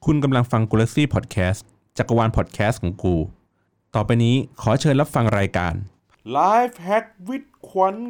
คุณกำลังฟังกูลักซี่พอดแคสต์จักรวาลพอดแคสต์ของกูต่อไปนี้ขอเชิญรับฟังรายการ Life Hack with ขวัญ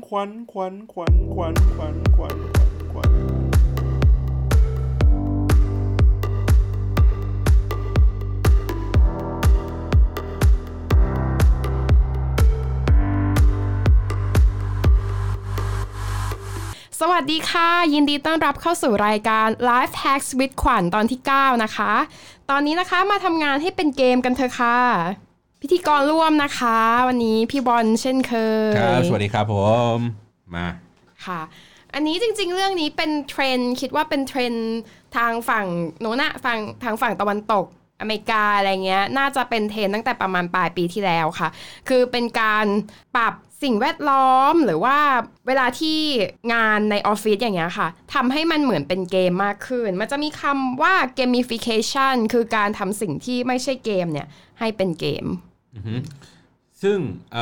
สวัสดีค่ะยินดีต้อนรับเข้าสู่รายการ Life Hacks with ขวัญตอนที่9นะคะตอนนี้นะคะมาทำงานให้เป็นเกมกันเถอะค่ะพิธีกรร่วมนะคะวันนี้พี่บอลเช่นเคยครับสวัสดีครับผมมาค่ะอันนี้จริงๆเรื่องนี้เป็นเทรนด์คิดว่าเป็นเทรนด์ทางฝั่งโน้นอะทางฝั่งตะวันตกอเมริกาอะไรเงี้ยน่าจะเป็นเทรนด์ตั้งแต่ประมาณปลายปีที่แล้วค่ะคือเป็นการปรับสิ่งแวดล้อมหรือว่าเวลาที่งานในออฟฟิศอย่างเงี้ยค่ะทำให้มันเหมือนเป็นเกมมากขึ้นมันจะมีคำว่า gamification คือการทำสิ่งที่ไม่ใช่เกมเนี่ยให้เป็นเกมซึ่ง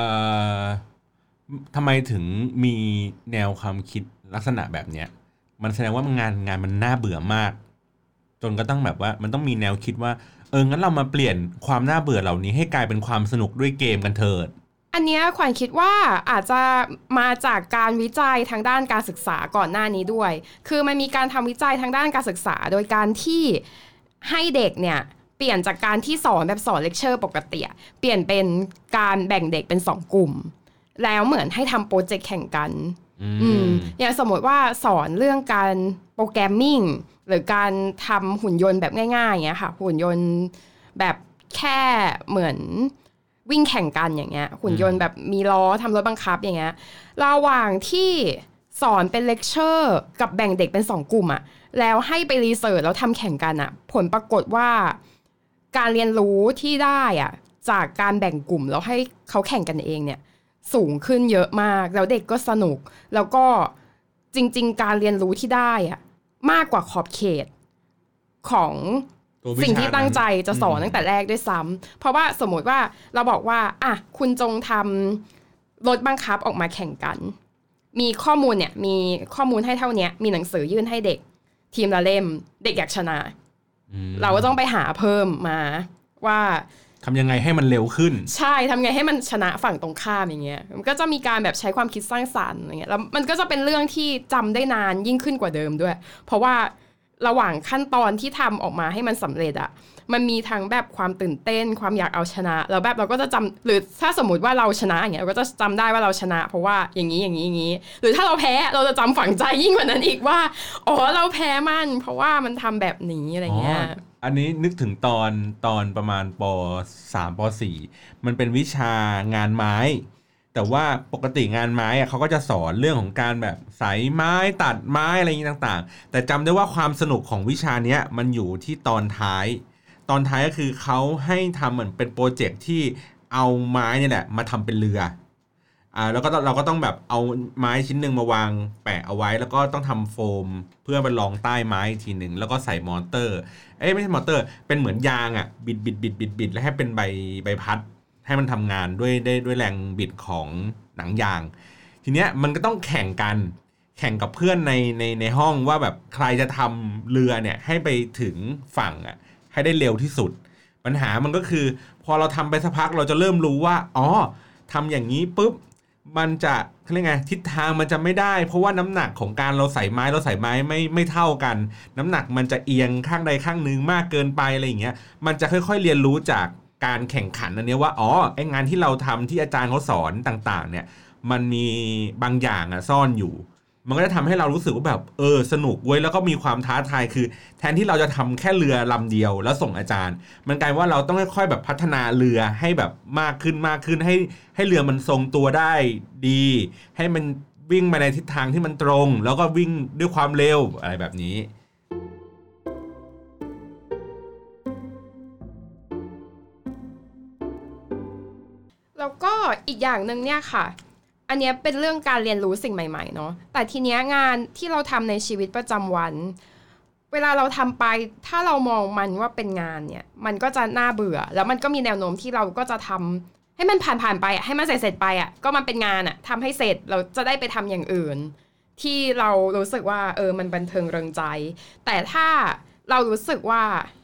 ทำไมถึงมีแนวความคิดลักษณะแบบเนี้ยมันแสดงว่างานมันน่าเบื่อมากจนก็ต้องแบบว่ามันต้องมีแนวคิดว่างั้นเรามาเปลี่ยนความน่าเบื่อเหล่านี้ให้กลายเป็นความสนุกด้วยเกมกันเถิดอันนี้ขวัญคิดว่าอาจจะมาจากการวิจัยทางด้านการศึกษาก่อนหน้านี้ด้วยคือมันมีการทำวิจัยทางด้านการศึกษาโดยการที่ให้เด็กเนี่ยเปลี่ยนจากการที่สอนแบบสอนเลคเชอร์ปกติเปลี่ยนเป็นการแบ่งเด็กเป็น2กลุ่มแล้วเหมือนให้ทำโปรเจกต์แข่งกันอย่างสมมติว่าสอนเรื่องการโปรแกรมมิ่งหรือการทำหุ่นยนต์แบบง่ายๆอย่างเงี้ยค่ะหุ่นยนต์แบบแค่เหมือนวิ่งแข่งกันอย่างเงี้ยหุ่นยนต์แบบมีล้อทำรถบังคับอย่างเงี้ยระหว่างที่สอนเป็นเลคเชอร์กับแบ่งเด็กเป็น2กลุ่มอะแล้วให้ไปรีเสิร์ชแล้วทำแข่งกันอะผลปรากฏว่าการเรียนรู้ที่ได้อะจากการแบ่งกลุ่มแล้วให้เขาแข่งกันเองเนี่ยสูงขึ้นเยอะมากแล้วเด็กก็สนุกแล้วก็จริงๆการเรียนรู้ที่ได้อะมากกว่าขอบเขตของสิ่งที่ตั้งใจจะสอนตั้งแต่แรกด้วยซ้ำเพราะว่าสมมติว่าเราบอกว่าคุณจงทำรถบังคับออกมาแข่งกันมีข้อมูลเนี่ยมีข้อมูลให้เท่านี้มีหนังสือยื่นให้เด็กทีมละเล่มเด็กอยากชนะเราก็ต้องไปหาเพิ่มมาว่าทำยังไงให้มันเร็วขึ้นใช่ทำไงให้มันชนะฝั่งตรงข้ามอย่างเงี้ยมันก็จะมีการแบบใช้ความคิดสร้างสรรค์อะไรเงี้ยแล้วมันก็จะเป็นเรื่องที่จำได้นานยิ่งขึ้นกว่าเดิมด้วยเพราะว่าระหว่างขั้นตอนที่ทำออกมาให้มันสำเร็จอะมันมีทั้งแบบความตื่นเต้นความอยากเอาชนะแล้วแบบเราก็จะจำหรือถ้าสมมติว่าเราชนะอย่างเงี้ยเราก็จะจำได้ว่าเราชนะเพราะว่าอย่างนี้หรือถ้าเราแพ้เราจะจำฝังใจยิ่งกว่านั้นอีกว่าเราแพ้มันเพราะว่ามันทำแบบนี้อะไรเงี้ยอันนี้นึกถึงตอนประมาณป.3 ป.4 มันเป็นวิชางานไม้แต่ว่าปกติงานไม้เขาก็จะสอนเรื่องของการแบบใส่ไม้ตัดไม้อะไรอย่างนี้ต่างๆแต่จำได้ว่าความสนุกของวิชาเนี้ยมันอยู่ที่ตอนท้ายก็คือเขาให้ทำเหมือนเป็นโปรเจกต์ที่เอาไม้เนี่ยแหละมาทำเป็นเรือแล้วก็เราก็ต้องแบบเอาไม้ชิ้นหนึ่งมาวางแปะเอาไว้แล้วก็ต้องทำโฟมเพื่อไปรองใต้ไม้อีกทีหนึ่งแล้วก็ใส่มอเตอร์ไม่ใช่มอเตอร์เป็นเหมือนยางบิดแล้วให้เป็นใบพัดให้มันทำงานด้วยแรงบิดของหนังยางทีเนี้ยมันก็ต้องแข่งกับเพื่อนในห้องว่าแบบใครจะทำเรือเนี่ยให้ไปถึงฝั่งให้ได้เร็วที่สุดปัญหามันก็คือพอเราทำไปสักพักเราจะเริ่มรู้ว่าทำอย่างนี้ปุ๊บมันจะเรียกไงทิศทางมันจะไม่ได้เพราะว่าน้ำหนักของการเราใส่ไม้ไม่เท่ากันน้ำหนักมันจะเอียงข้างใดข้างหนึ่งมากเกินไปอะไรอย่างเงี้ยมันจะค่อยๆเรียนรู้จากการแข่งขันอันนี้ว่าไอ้งานที่เราทำที่อาจารย์เขาสอนต่างๆเนี่ยมันมีบางอย่างซ่อนอยู่มันก็จะทำให้เรารู้สึกว่าแบบสนุกเว้ยแล้วก็มีความท้าทายคือแทนที่เราจะทำแค่เรือลำเดียวแล้วส่งอาจารย์มันกลายว่าเราต้องค่อยๆแบบพัฒนาเรือให้แบบมากขึ้นให้เรือมันทรงตัวได้ดีให้มันวิ่งมาในทิศทางที่มันตรงแล้วก็วิ่งด้วยความเร็วอะไรแบบนี้แล้วก็อีกอย่างนึงเนี่ยค่ะอันนี้เป็นเรื่องการเรียนรู้สิ่งใหม่ๆเนาะแต่ทีเนี้ยงานที่เราทำในชีวิตประจำวันเวลาเราทำไปถ้าเรามองมันว่าเป็นงานเนี่ยมันก็จะน่าเบื่อแล้วมันก็มีแนวโน้มที่เราก็จะทำให้มันผ่านไปให้มันเสร็จไปก็มันเป็นงานทำให้เสร็จเราจะได้ไปทำอย่างอื่นที่เรารู้สึกว่ามันบันเทิงเริงใจแต่ถ้าเรารู้สึกว่า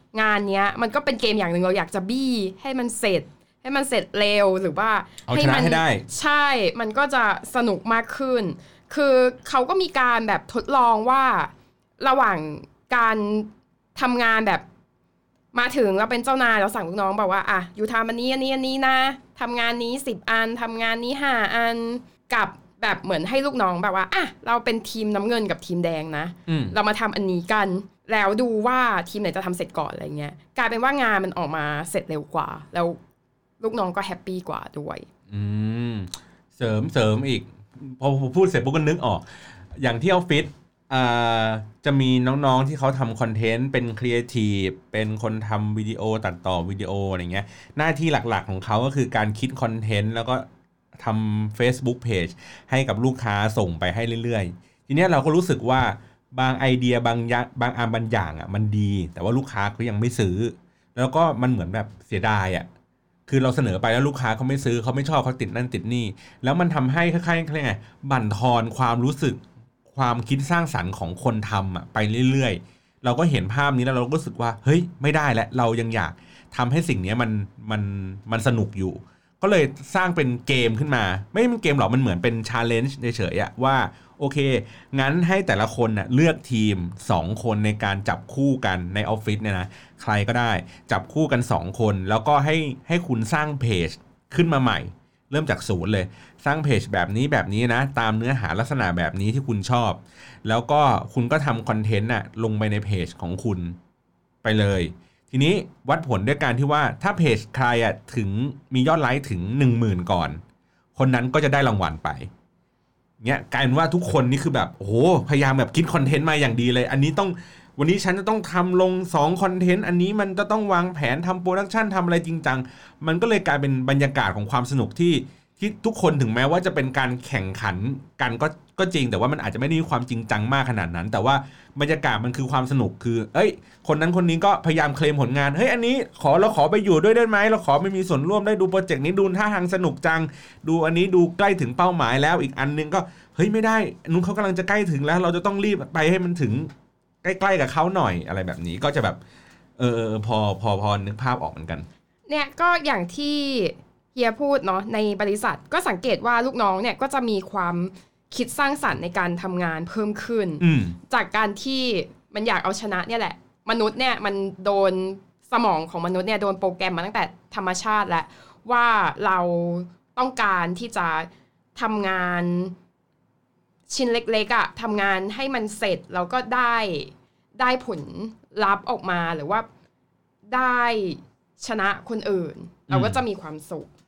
งานเนี้ยมันก็เป็นเกมอย่างหนึ่งเราอยากจะบี้ให้มันเสร็จเร็วหรือว่าให้มันให้ได้ใช่มันก็จะสนุกมากขึ้นคือเขาก็มีการแบบทดลองว่าระหว่างการทำงานแบบมาถึงเราเป็นเจ้านายเราสั่งลูกน้องบอกว่าอ่ะอยู่ทำอันนี้นะทำงานนี้10อันทำงานนี้5อันกับแบบเหมือนให้ลูกน้องแบบว่าอ่ะเราเป็นทีมน้ำเงินกับทีมแดงนะเรามาทำอันนี้กันแล้วดูว่าทีมไหนจะทำเสร็จก่อนอะไรเงี้ยกลายเป็นว่างานมันออกมาเสร็จเร็วกว่าแล้วลูกน้องก็แฮปปี้กว่าด้วยเสริมอีกพอพูดเสร็จปุ๊บก็นึกออกอย่างที่ออฟฟิศจะมีน้องๆที่เขาทำคอนเทนต์เป็นครีเอทีฟเป็นคนทำวิดีโอตัดต่อวิดีโออะไรเงี้ยหน้าที่หลักๆของเขาก็คือการคิดคอนเทนต์แล้วก็ทำ Facebook Page ให้กับลูกค้าส่งไปให้เรื่อยๆทีนี้เราก็รู้สึกว่าบางไอเดียบางอย่างอ่ะมันดีแต่ว่าลูกค้าเขายังไม่ซื้อแล้วก็มันเหมือนแบบเสียดายอ่ะคือเราเสนอไปแล้วลูกค้าเขาไม่ซื้อเขาไม่ชอบเขาติดนั่นติดนี่แล้วมันทำให้คล้ายๆไงบั่นทอนความรู้สึกความคิดสร้างสรรค์ของคนทำอ่ะไปเรื่อยๆเราก็เห็นภาพนี้แล้วเราก็รู้สึกว่าเฮ้ยไม่ได้แล้วเรายังอยากทำให้สิ่งนี้มันสนุกอยู่ก็เลยสร้างเป็นเกมขึ้นมาไม่เป็นเกมหรอกมันเหมือนเป็น challenge เฉยๆว่าโอเคงั้นให้แต่ละคนน่ะเลือกทีม2คนในการจับคู่กันในออฟฟิศเนี่ยนะใครก็ได้จับคู่กัน2คนแล้วก็ให้คุณสร้างเพจขึ้นมาใหม่เริ่มจากศูนย์เลยสร้างเพจแบบนี้นะตามเนื้อหาลักษณะแบบนี้ที่คุณชอบแล้วก็คุณก็ทำคอนเทนต์น่ะลงไปในเพจของคุณไปเลยทีนี้วัดผลด้วยการที่ว่าถ้าเพจใครถึงมียอดไลค์ถึง 10,000 ก่อนคนนั้นก็จะได้รางวัลไปเงี้ยกลายเป็นว่าทุกคนนี่คือแบบโอ้โหพยายามแบบคิดคอนเทนต์มาอย่างดีเลยอันนี้ต้องวันนี้ฉันจะต้องทำลง2คอนเทนต์อันนี้มันจะต้องวางแผนทำโปรดักชันทำอะไรจริงจังมันก็เลยกลายเป็นบรรยากาศของความสนุกที่ทุกคนถึงแม้ว่าจะเป็นการแข่งขันกันก็จริงแต่ว่ามันอาจจะไม่ได้มีความจริงจังมากขนาดนั้นแต่ว่าบรรยากาศมันคือความสนุกคือคนนั้นคนนี้ก็พยายามเคลมผลงานเฮ้ยอันนี้เราขอไปอยู่ด้วยได้ไหมเราขอไม่มีส่วนร่วมได้ดูโปรเจกต์นี้ดูท่าทางสนุกจังดูอันนี้ดูใกล้ถึงเป้าหมายแล้วอีกอันนึงก็เฮ้ยไม่ได้นู้นเขากำลังจะใกล้ถึงแล้วเราจะต้องรีบไปให้มันถึงใกล้ๆกับเขาหน่อยอะไรแบบนี้ก็จะแบบพอนึกภาพออกเหมือนกันเนี่ยก็อย่างที่เฮียพูดเนาะในบริษัทก็สังเกตว่าลูกน้องเนี่ยก็จะมีความคิดสร้างสรรค์ในการทำงานเพิ่มขึ้นจากการที่มันอยากเอาชนะเนี่ยแหละมนุษย์เนี่ยมันโดนสมองของมนุษย์เนี่ยโดนโปรแกรมมาตั้งแต่ธรรมชาติแล้วว่าเราต้องการที่จะทำงานชิ้นเล็กๆทำงานให้มันเสร็จแล้วก็ได้ผลลัพธ์ออกมาหรือว่าได้ชนะคนอื่นเราก็จะมีความสุข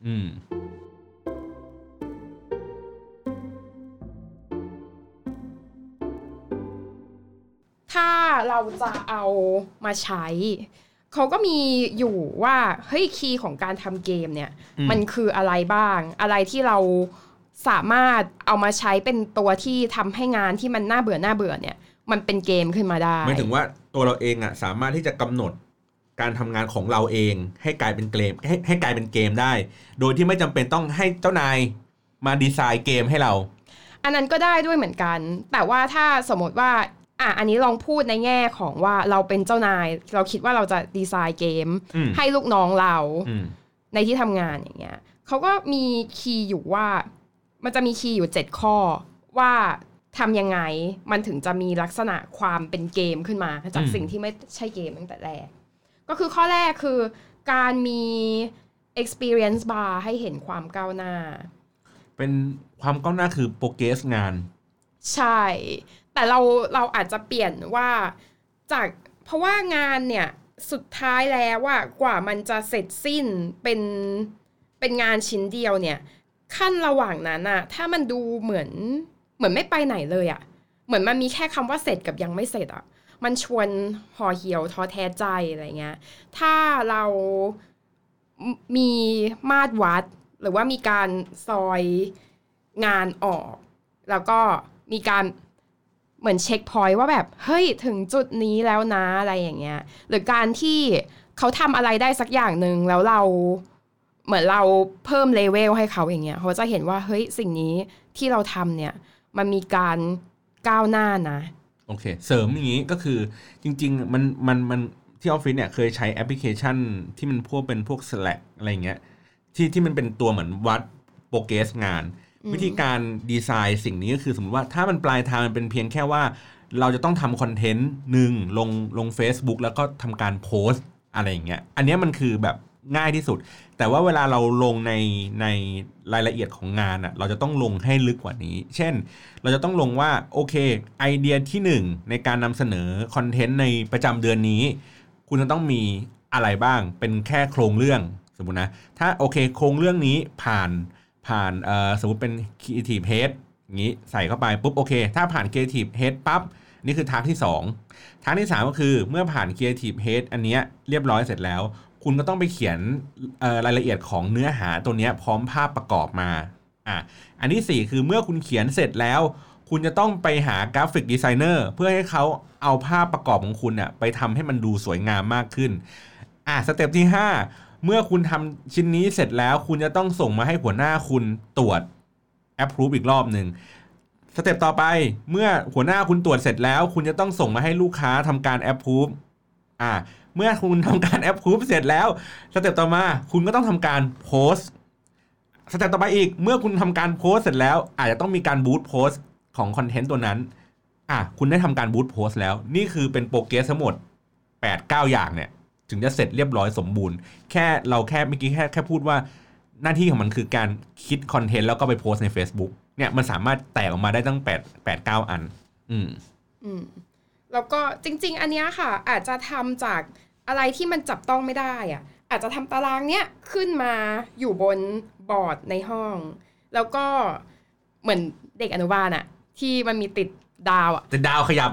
ถ้าเราจะเอามาใช้เขาก็มีอยู่ว่าเฮ้ยคีย์ของการทำเกมเนี่ยมันคืออะไรบ้างอะไรที่เราสามารถเอามาใช้เป็นตัวที่ทำให้งานที่มันน่าเบื่อเนี่ยมันเป็นเกมขึ้นมาได้หมายถึงว่าตัวเราเองสามารถที่จะกำหนดการทำงานของเราเองให้กลายเป็นเกมให้กลายเป็นเกมได้โดยที่ไม่จำเป็นต้องให้เจ้านายมาดีไซน์เกมให้เราอันนั้นก็ได้ด้วยเหมือนกันแต่ว่าถ้าสมมติว่าอันนี้ลองพูดในแง่ของว่าเราเป็นเจ้านายเราคิดว่าเราจะดีไซน์เกมให้ลูกน้องเราในที่ทำงานอย่างเงี้ยเขาก็มีคีย์อยู่ว่ามันจะมีคีย์อยู่7ข้อว่าทำยังไงมันถึงจะมีลักษณะความเป็นเกมขึ้นมาจากสิ่งที่ไม่ใช่เกมตั้งแต่แรกก็คือข้อแรกคือการมี experience bar ให้เห็นความก้าวหน้าเป็นความก้าวหน้าคือโปรเกรสงานใช่แต่เราอาจจะเปลี่ยนว่าจากเพราะว่างานเนี่ยสุดท้ายแล้วกว่ามันจะเสร็จสิ้นเป็นงานชิ้นเดียวเนี่ยขั้นระหว่างนั้นถ้ามันดูเหมือนไม่ไปไหนเลยเหมือนมันมีแค่คำว่าเสร็จกับยังไม่เสร็จมันชวนห่อเหี่ยวท้อแท้ใจอะไรเงี้ยถ้าเรามีมาตรวัดหรือว่ามีการซอยงานออกแล้วก็มีการเหมือนเช็คพอยต์ว่าแบบเฮ้ยถึงจุดนี้แล้วนะอะไรอย่างเงี้ยหรือการที่เขาทำอะไรได้สักอย่างนึงแล้วเราเหมือนเราเพิ่มเลเวลให้เขาอย่างเงี้ยเขาจะเห็นว่าเฮ้ยสิ่งนี้ที่เราทำเนี่ยมันมีการก้าวหน้านะโอเคเสริมอย่างนี้ก็คือจริงๆมันที่ออฟฟิศเนี่ยเคยใช้แอปพลิเคชันที่มันเป็นพวก Slack อะไรเงี้ยที่มันเป็นตัวเหมือนวัดโปรเกรสงานวิธีการดีไซน์สิ่งนี้ก็คือสมมติว่าถ้ามันปลายทางมันเป็นเพียงแค่ว่าเราจะต้องทำคอนเทนต์หนึ่งลง Facebook แล้วก็ทำการโพสต์อะไรอย่างเงี้ยอันนี้มันคือแบบง่ายที่สุดแต่ว่าเวลาเราลงในรายละเอียดของงานอ่ะเราจะต้องลงให้ลึกกว่านี้เช่นเราจะต้องลงว่าโอเคไอเดียที่1ในการนำเสนอคอนเทนต์ในประจำเดือนนี้คุณจะต้องมีอะไรบ้างเป็นแค่โครงเรื่องสมมุตินะถ้าโอเคโครงเรื่องนี้ผ่านสมมุติเป็น Creative Head อย่างนี้ใส่เข้าไปปุ๊บโอเคถ้าผ่าน Creative Head ปั๊บนี่คือทาร์กที่2ทาร์กที่3ก็คือเมื่อผ่าน Creative Head อันเนี้ยเรียบร้อยเสร็จแล้วคุณก็ต้องไปเขียนรายละเอียดของเนื้อหาตัวนี้พร้อมภาพประกอบมาอันที่4คือเมื่อคุณเขียนเสร็จแล้วคุณจะต้องไปหากราฟิกดีไซเนอร์เพื่อให้เขาเอาภาพประกอบของคุณน่ะไปทำให้มันดูสวยงามมากขึ้นสเต็ปที่5เมื่อคุณทำชิ้นนี้เสร็จแล้วคุณจะต้องส่งมาให้หัวหน้าคุณตรวจ approve อีกรอบหนึ่งสเต็ปต่อไปเมื่อหัวหน้าคุณตรวจเสร็จแล้วคุณจะต้องส่งมาให้ลูกค้าทำการ approve เมื่อคุณทำการ approve เสร็จแล้วสเต็ปต่อมาคุณก็ต้องทำการโพสต์สเต็ปต่อไปอีกเมื่อคุณทำการโพสต์เสร็จแล้วอาจจะต้องมีการบูตโพสต์ของคอนเทนต์ตัวนั้นคุณได้ทำการบูตโพสต์แล้วนี่คือเป็นโปรเกรสทั้งหมด 8-9 อย่างเนี่ยถึงจะเสร็จเรียบร้อยสมบูรณ์แค่เมื่อกี้แค่พูดว่าหน้าที่ของมันคือการคิดคอนเทนต์แล้วก็ไปโพสต์ใน Facebook เนี่ยมันสามารถแตกออกมาได้ตั้ง8-9 อันแล้วก็จริงๆอันเนี้ยค่ะอาจจะทำจากอะไรที่มันจับต้องไม่ได้อาจจะทำตารางเนี้ยขึ้นมาอยู่บนบอร์ดในห้องแล้วก็เหมือนเด็กอนุบาลที่มันมีติดดาวติดดาวขยับ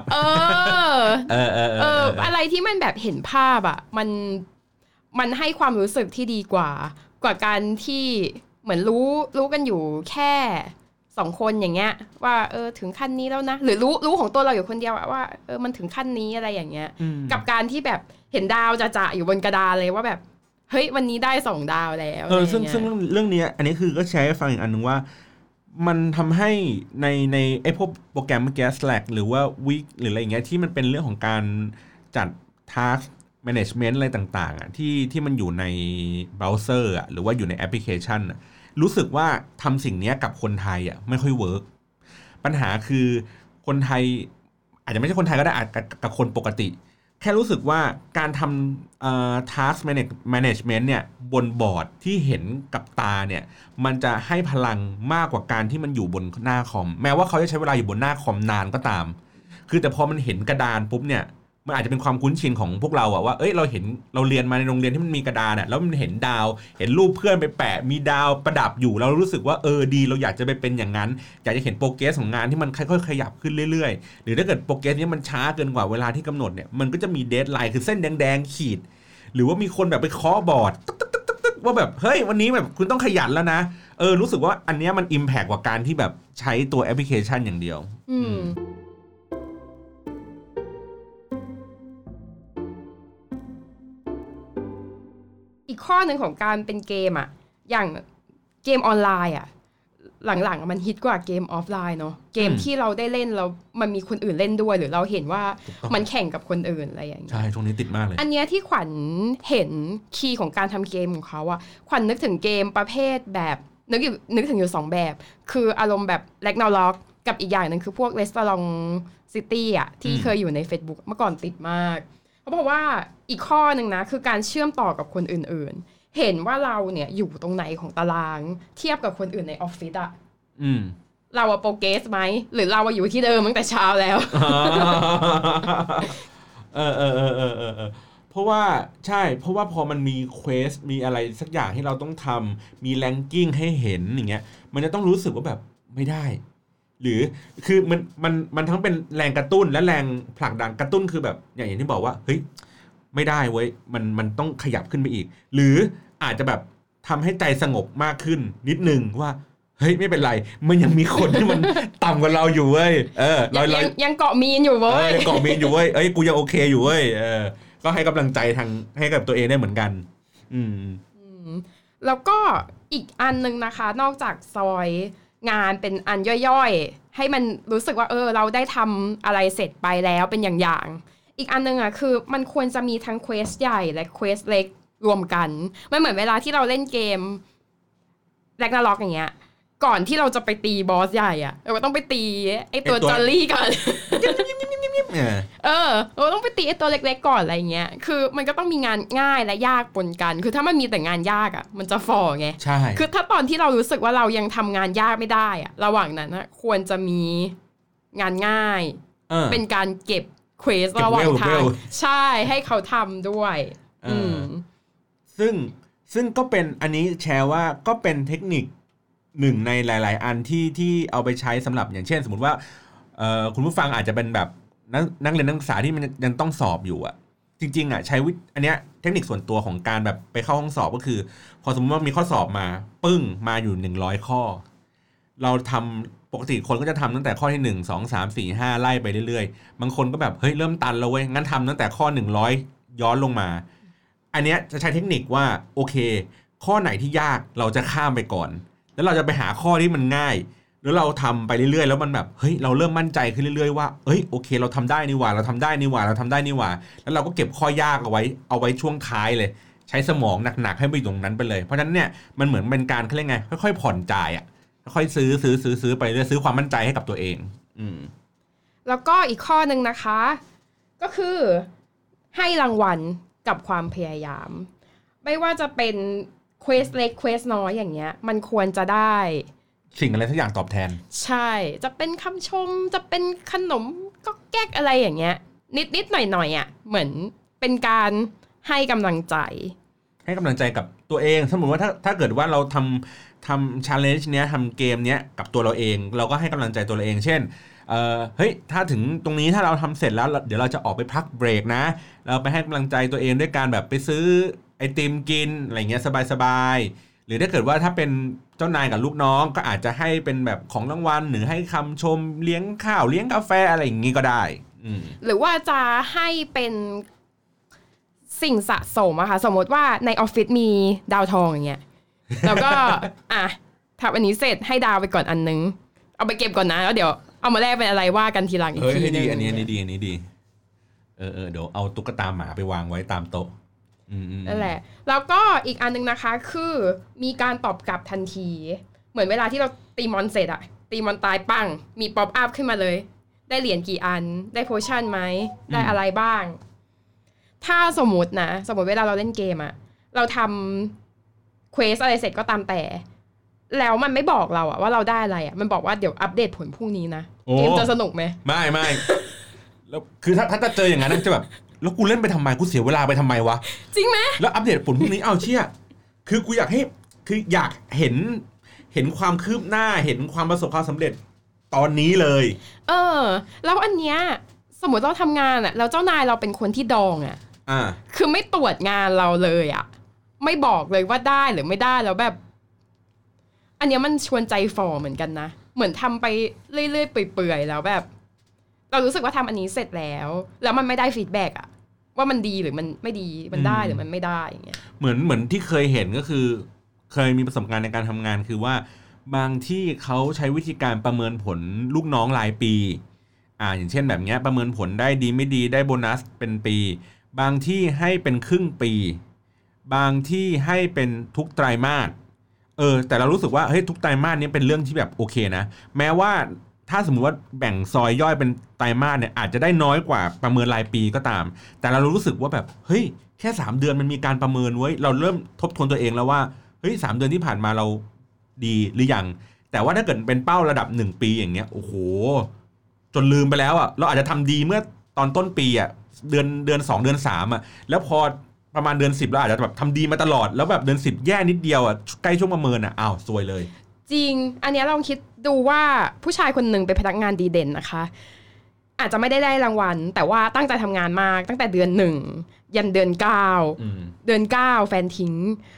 อะไรที่มันแบบเห็นภาพมันให้ความรู้สึกที่ดีกว่าการที่เหมือนรู้กันอยู่แค่2คนอย่างเงี้ยว่าถึงขั้นนี้แล้วนะหรือรู้ของตัวเราอยู่คนเดียวว่ามันถึงขั้นนี้อะไรอย่างเงี้ยกับการที่แบบเห็นดาวจะอยู่บนกระดานเลยว่าแบบเฮ้ยวันนี้ได้2ดาวแล้วซึ่งเรื่องนี้อันนี้คือก็แชร์ให้ฟังอีกอันนึงว่ามันทำให้ในไอ้พวกโปรแกรมเมื่อกี้ Slack หรือว่า Week หรืออะไรอย่างเงี้ยที่มันเป็นเรื่องของการจัด Task Management อะไรต่างๆที่มันอยู่ในเบราว์เซอร์หรือว่าอยู่ในแอปพลิเคชันรู้สึกว่าทำสิ่งนี้กับคนไทยไม่ค่อยเวิร์กปัญหาคือคนไทยอาจจะไม่ใช่คนไทยก็ได้อาจกับคนปกติแค่รู้สึกว่าการทำtask management เนี่ยบนบอร์ดที่เห็นกับตาเนี่ยมันจะให้พลังมากกว่าการที่มันอยู่บนหน้าคอมแม้ว่าเขาจะใช้เวลาอยู่บนหน้าคอมนานก็ตามคือแต่พอมันเห็นกระดานปุ๊บเนี่ยมันอาจจะเป็นความคุ้นชินของพวกเราว่าเราเห็นเราเรียนมาในโรงเรียนที่มันมีกระดานแล้วมันเห็นดาวเห็นรูปเพื่อนไปแปะมีดาวประดับอยู่เรารู้สึกว่าดีเราอยากจะไปเป็นอย่างนั้นอยากจะเห็นโปรเกรสของงานที่มันค่อยๆขยับขึ้นเรื่อยๆหรือถ้าเกิดโปรเกรสนี้มันช้าเกินกว่าเวลาที่กำหนดเนี่ยมันก็จะมีเดดไลน์คือเส้นแดงๆขีดหรือว่ามีคนแบบไปเคาะบอร์ดว่าแบบเฮ้ยวันนี้แบบคุณต้องขยันแล้วนะรู้สึกว่าอันนี้มันอิมแพคกว่าการที่แบบใช้ตัวแอปพลิเคชันอย่างเดียวอีกข้อหนึ่งของการเป็นเกมอย่างเกมออนไลน์หลังๆมันฮิตกว่าเกมออฟไลน์เนาะเกมที่เราได้เล่นแล้วมันมีคนอื่นเล่นด้วยหรือเราเห็นว่ามันแข่งกับคนอื่นอะไรอย่างเงี้ยใช่ช่วงนี้ติดมากเลยอันเนี้ยที่ขวัญเห็นคีย์ของการทำเกมของเขาขวัญนึกถึงเกมประเภทแบบนึกถึงอยู่2แบบคืออารมณ์แบบ Ragnarok กับอีกอย่างนึงคือพวก Restaurant City ที่เคยอยู่ใน Facebook เมื่อก่อนติดมากเพราะว่าอีกข้อนึงนะคือการเชื่อมต่อกับคนอื่นๆเห็นว่าเราเนี่ยอยู่ตรงไหนของตารางเทียบกับคนอื่นในออฟฟิศเราโปรเกรสไหมหรือเราอยู่ที่เดิมตั้งแต่เช้าแล้วเพราะว่าใช่เพราะว่าพอมันมีเควสมีอะไรสักอย่างที่เราต้องทำมีแรงกิ้งให้เห็นอย่างเงี้ยมันจะต้องรู้สึกว่าแบบไม่ได้หรือคือมันทั้งเป็นแรงกระตุ้นและแรงผลักดันกระตุ้นคือแบบอย่างที่บอกว่าเฮ้ยไม่ได้เว้ยมันต้องขยับขึ้นไปอีกหรืออาจจะแบบทำให้ใจสงบมากขึ้นนิดนึงว่าเฮ้ยไม่เป็นไรมันยังมีคนที่มันต่ำกว่าเราอยู่เว้ยยังเกาะมีนอยู่เว้ยเกาะมีนอยู่เว้ยกูยังโอเคอยู่เว้ยก็ให้กำลังใจให้กับตัวเองได้เหมือนกันแล้วก็อีกอันนึงนะคะนอกจากซอยงานเป็นอันย่อยๆให้มันรู้สึกว่าเราได้ทำอะไรเสร็จไปแล้วเป็นอย่างอีกอันนึงอ่ะคือมันควรจะมีทั้งเควสใหญ่และเควสเล็กรวมกันไม่เหมือนเวลาที่เราเล่นเกมแร็กนาร็อกอย่างเงี้ยก่อนที่เราจะไปตีบอสใหญ่อ่ะเราต้องไปตีไอ้ตัวจอลลี่ก่อนเราต้องไปตีไอ้ตัวเล็กๆก่อนอะไรเงี้ยคือมันก็ต้องมีงานง่ายและยากปนกันคือถ้ามันมีแต่งานยากอ่ะมันจะฝ่อไงใช่คือถ้าตอนที่เรารู้สึกว่าเรายังทำงานยากไม่ได้อ่ะระหว่างนั้นนะควรจะมีงานง่ายเป็นการเก็บเควสระหว่างทางใช่ให้เขาทำด้วยซึ่งก็เป็นอันนี้แชร์ว่าก็เป็นเทคนิคหนึ่งในหลายๆอันที่เอาไปใช้สำหรับอย่างเช่นสมมติว่าคุณผู้ฟังอาจจะเป็นแบบนักเรียนนักศึกษาที่มันยังต้องสอบอยู่อ่ะจริงๆอ่ะใช้อันเนี้ยเทคนิคส่วนตัวของการแบบไปเข้าห้องสอบก็คือพอสมมติว่ามีข้อสอบมาปึ้งมาอยู่100ข้อเราทำปกติคนก็จะทำตั้งแต่ข้อที่1 2 3 4 5ไล่ไปเรื่อยๆบางคนก็แบบเฮ้ยเริ่มตันแล้วเว้ยงั้นทำตั้งแต่ข้อ100ย้อนลงมาอันเนี้ยจะใช้เทคนิคว่าโอเคข้อไหนที่ยากเราจะข้ามไปก่อนแล้วเราจะไปหาข้อที่มันง่ายแล้วเราทำไปเรื่อยๆแล้วมันแบบเฮ้ยเราเริ่มมั่นใจขึ้นเรื่อยๆว่าเอ้ยโอเคเราทำได้นี่หว่าเราทำได้นี่หว่าเราทำได้นี่หว่าแล้วเราก็เก็บข้อยากเอาไว้ช่วงท้ายเลยใช้สมองหนักๆให้ไปตรงนั้นไปเลยเพราะฉะนั้นเนี่ยมันเหมือนเป็นการเขาเรียกไงค่อยๆผ่อนจ่ายอ่ะค่อยๆซื้อไปเรื่อยซื้อความมั่นใจให้กับตัวเองแล้วก็อีกข้อนึงนะคะก็คือให้รางวัลกับความพยายามไม่ว่าจะเป็นเควสเล็กเควสน้อยอย่างเงี้ยมันควรจะได้สิ่งอะไรสักอย่างตอบแทนใช่จะเป็นคำชมจะเป็นขนมก็แก๊กอะไรอย่างเงี้ยนิดหน่อยอ่ะเหมือนเป็นการให้กำลังใจกับตัวเองสมมติว่าถ้าเกิดว่าเราทำ challenge เนี้ยทำเกมเนี้ยกับตัวเราเองเราก็ให้กำลังใจตัวเราเองเช่นเฮ้ยถ้าถึงตรงนี้ถ้าเราทำเสร็จแล้วเดี๋ยวเราจะออกไปพักเบรกนะเราไปให้กำลังใจตัวเองด้วยการแบบไปซื้อไอติมกินอะไรเงี้ยสบายๆหรือถ้าเกิดว่าถ้าเป็นเจ้านายกับลูกน้องก็อาจจะให้เป็นแบบของรางวัลหรือให้คำชมเลี้ยงข้าวเลี้ยงกาแฟอะไรอย่างงี้ก็ได้หรือว่าจะให้เป็นสิ่งสะสมอะค่ะสมมติว่าในออฟฟิศมีดาวทองอย่างเงี้ยแล้วก็ทำอันนี้เสร็จให้ดาวไปก่อนอันนึงเอาไปเก็บก่อนนะแล้วเดี๋ยวเอามาแลกเป็นอะไรว่ากันทีหลังอีกทีนึงอันนี้ดีเดี๋ยวเอาตุ๊กตาหมาไปวางไว้ตามโต๊ะนั่นแหละแล้วก็อีกอันนึงนะคะคือมีการตอบกลับทันทีเหมือนเวลาที่เราตีมอนเสร็จอะตีมอนตายปังมีป๊อปอัพขึ้นมาเลยได้เหรียญกี่อันได้โพชั่นไหมได้อะไรบ้างถ้าสมมติเวลาเราเล่นเกมอะเราทำเควสอะไรเสร็จก็ตามแต่แล้วมันไม่บอกเราอะว่าเราได้อะไรอะมันบอกว่าเดี๋ยวอัปเดตผลพรุ่งนี้นะเกมจะสนุกไหมไม่แล้วคือถ้าเจออย่างนั้นจะแบบแล้วกูเล่นไปทำไมกูเสียเวลาไปทำไมวะจริงไหมแล้วอัปเดตผลพรุ่งนี้เชี่ยคือกูอยากเห็นความคืบหน้าเห็นความประสบความสำเร็จตอนนี้เลยแล้วอันเนี้ยสมมติเราทำงานอะแล้วเจ้านายเราเป็นคนที่ดองอะคือไม่ตรวจงานเราเลยอะไม่บอกเลยว่าได้หรือไม่ได้แล้วแบบอันเนี้ยมันชวนใจฝ่อเหมือนกันนะเหมือนทำไปเรื่อยๆเปื่อยๆแล้วแบบเรารู้สึกว่าทำอันนี้เสร็จแล้วมันไม่ได้ฟีดแบ็กอะว่ามันดีหรือมันไม่ดีมันได้หรือมันไม่ได้อย่างเงี้ยเหมือนที่เคยเห็นก็คือเคยมีประสบการณ์ในการทำงานคือว่าบางที่เขาใช้วิธีการประเมินผลลูกน้องรายปีอย่างเช่นแบบเนี้ยประเมินผลได้ดีไม่ดีได้โบนัสเป็นปีบางที่ให้เป็นครึ่งปีบางที่ให้เป็นทุกไตรมาสแต่เรารู้สึกว่าเฮ้ยทุกไตรมาสนี้เป็นเรื่องที่แบบโอเคนะแม้ว่าถ้าสมมุติว่าแบ่งซอยย่อยเป็นไตรมาสเนี่ยอาจจะได้น้อยกว่าประเมินรายปีก็ตามแต่เรารู้สึกว่าแบบเฮ้ยแค่3เดือนมันมีการประเมินไว้เราเริ่มทบทวนตัวเองแล้วว่าเฮ้ย3เดือนที่ผ่านมาเราดีหรือยังแต่ว่าถ้าเกิดเป็นเป้าระดับ1ปีอย่างเงี้ยโอ้โหจนลืมไปแล้วเราอาจจะทำดีเมื่อตอนต้นปีเดือน2เดือน3แล้วพอประมาณเดือน10เราอาจจะแบบทำดีมาตลอดแล้วแบบเดือน10แย่นิดเดียวใกล้ช่วงประเมินซวยเลยจริงอันนี้ลองคิดดูว่าผู้ชายคนหนึ่งเป็นพนักงานดีเด่นนะคะอาจจะไม่ได้รางวัลแต่ว่าตั้งใจทำงานมากตั้งแต่เดือน1ยันเดือน9เดือน9แฟนทิ้ง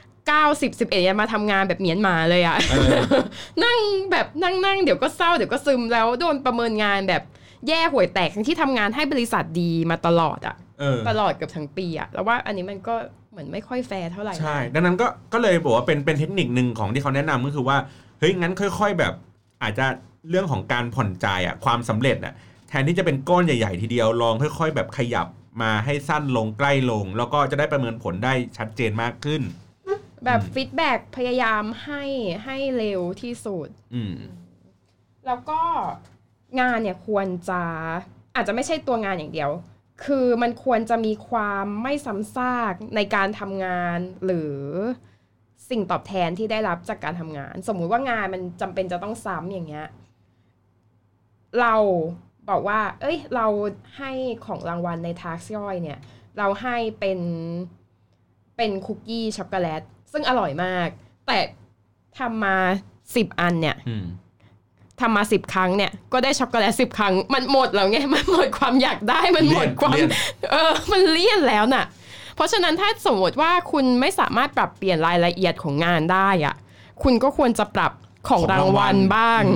9 10 11ยันมาทำงานแบบเหมียนหมาเลยนั่งแบบนั่งเดี๋ยวก็เศร้าเดี๋ยวก็ซึมแล้วโดนประเมินงานแบบแย่ห่วยแตกทั้งที่ทำงานให้บริษัทดีมาตลอดตลอดเกือบทั้งปีแล้วว่าอันนี้มันก็เหมือนไม่ค่อยแฟร์เท่าไหร่ใช่ดังนั้นก็เลยบอกว่าเป็นเทคนิคนึงของที่เขาแนะนำก็คือว่าเฮ้ยงั้นค่อยๆแบบอาจจะเรื่องของการผ่อนจ่ายความสำเร็จแทนที่จะเป็นก้อนใหญ่ๆทีเดียวลองค่อยๆแบบขยับมาให้สั้นลงใกล้ลงแล้วก็จะได้ประเมินผลได้ชัดเจนมากขึ้นแบบฟีดแบ็กพยายามให้เร็วที่สุดแล้วก็งานเนี่ยควรจะอาจจะไม่ใช่ตัวงานอย่างเดียวคือมันควรจะมีความไม่ซ้ำซากในการทำงานหรือสิ่งตอบแทนที่ได้รับจากการทำงานสมมุติว่างานมันจำเป็นจะต้องซ้ำอย่างเงี้ยเราบอกว่าเอ้ยเราให้ของรางวัลในทาร์กย่อยเนี่ยเราให้เป็นคุกกี้ช็อกโกแลตซึ่งอร่อยมากแต่ทำมา10 อันเนี่ยทำมา10 ครั้งเนี่ยก็ได้ช็อกโกแลต10 ครั้งมันหมดแล้วไงมันหมดความอยากได้มันหมดความมันเลี่ยนแล้วน่ะเพราะฉะนั้นถ้าสมมติว่าคุณไม่สามารถปรับเปลี่ยนรายละเอียดของงานได้อ่ะคุณก็ควรจะปรับของรางวัลบ้าง